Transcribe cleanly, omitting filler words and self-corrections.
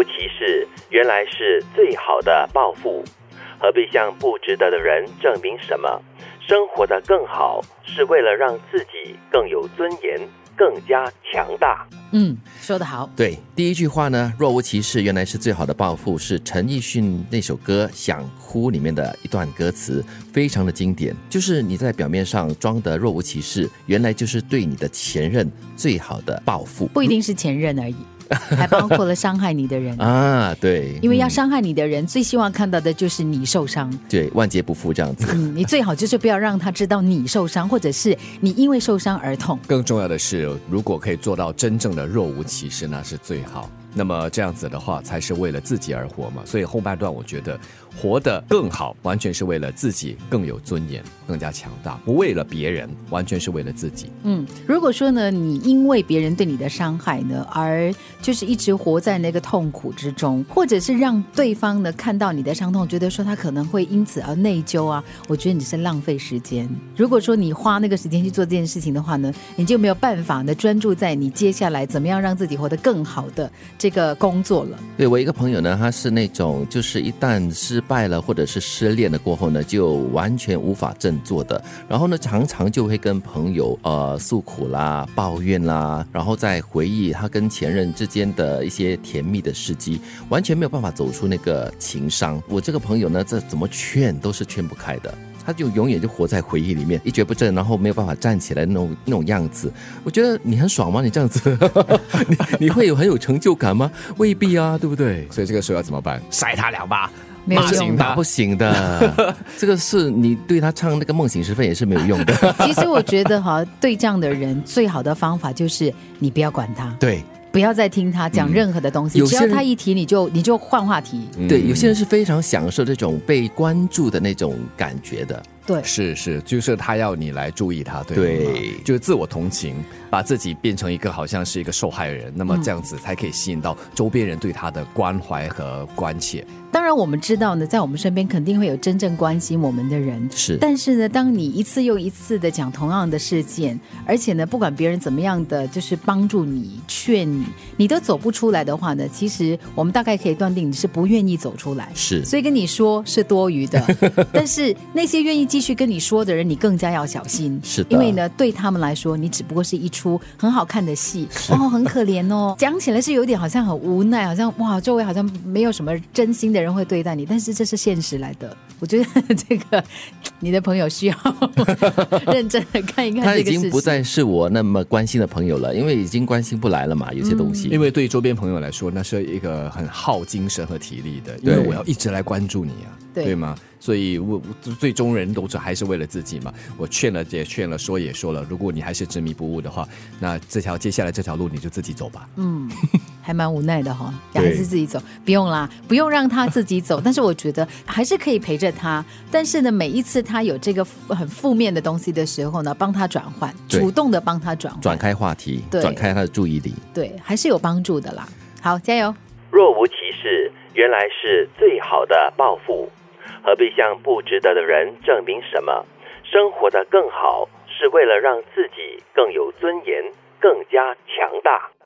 无其事原来是最好的报复，何必向不值得的人证明什么？生活得更好是为了让自己更有尊严，更加强大。 说得好。 对，第一句话呢，若无其事原来是最好的报复，是陈奕迅那首歌《想哭》里面的一段歌词，非常的经典。就是你在表面上装得若无其事，原来就是对你的前任最好的报复。 不一定是前任而已，还包括了伤害你的人啊，对， 因为要伤害你的人，最希望看到的就是你受伤， 对，万劫不复这样子。 你最好就是不要让他知道你受伤，或者是你因为受伤而痛。 更重要的是，如果可以做到真正的若无其事，那是最好。那么这样子的话，才是为了自己而活嘛。所以后半段我觉得活得更好，完全是为了自己更有尊严，更加强大，不为了别人，完全是为了自己。 如果说呢，你因为别人对你的伤害呢，而就是一直活在那个痛苦之中，或者是让对方呢看到你的伤痛，觉得说他可能会因此而内疚啊，我觉得你是浪费时间。如果说你花那个时间去做这件事情的话呢，你就没有办法呢专注在你接下来怎么样让自己活得更好的这个工作了。 对，我一个朋友呢，他是那种就是一旦失败了或者是失恋了过后呢，就完全无法振作的，然后呢常常就会跟朋友诉苦啦、抱怨啦，然后再回忆他跟前任之间的一些甜蜜的事迹，完全没有办法走出那个情伤。我这个朋友呢，这怎么劝都是劝不开的，他就永远就活在回忆里面，一蹶不振，然后没有办法站起来那种样子。我觉得你很爽吗？你这样子你会很有成就感吗？未必啊，对不对？ 所以这个时候要怎么办？甩他2巴， 没有用的， 不行的。这个是你对他唱那个梦醒时分也是没有用的。 其实我觉得对这样的人最好的方法就是你不要管他。 对， 不要再听他讲任何的东西，只要他一提你就换话题。 对，有些人是非常享受这种被关注的那种感觉的。 对， 是，就是他要你来注意他，对，就是自我同情，把自己变成一个好像是一个受害人，那么这样子才可以吸引到周边人对他的关怀和关切。 当然我们知道呢，在我们身边肯定会有真正关心我们的人， 是， 但是呢，当你一次又一次的讲同样的事件，而且呢，不管别人怎么样的就是帮助你、劝你，你都走不出来的话呢，其实我们大概可以断定你是不愿意走出来， 是， 所以跟你说是多余的。但是那些愿意继续跟你说的人，你更加要小心， 是的， 因为呢，对他们来说，你只不过是一出很好看的戏，很可怜哦，讲起来是有点好像很无奈，好像哇，周围好像没有什么真心的人会对待你，但是这是现实来的。我觉得这个你的朋友需要认真的看一看这个事情。他已经不再是我那么关心的朋友了，因为已经关心不来了嘛，有些东西。 因为对周边朋友来说，那是一个很耗精神和体力的，因为我要一直来关注你啊，对吗？所以我最终人都还是为了自己嘛。我劝了也劝了，说也说了，如果你还是执迷不悟的话，那接下来这条路你就自己走吧。 还蛮无奈的哈，还是自己走，不用啦，不用让他自己走。但是我觉得还是可以陪着他，但是呢，每一次他有这个很负面的东西的时候呢，帮他转换，主动的帮他转开话题，转开他的注意力， 对，还是有帮助的啦。好，加油！ 若无其事原来是最好的报复，何必向不值得的人证明什么？生活得更好是为了让自己更有尊严，更加强大。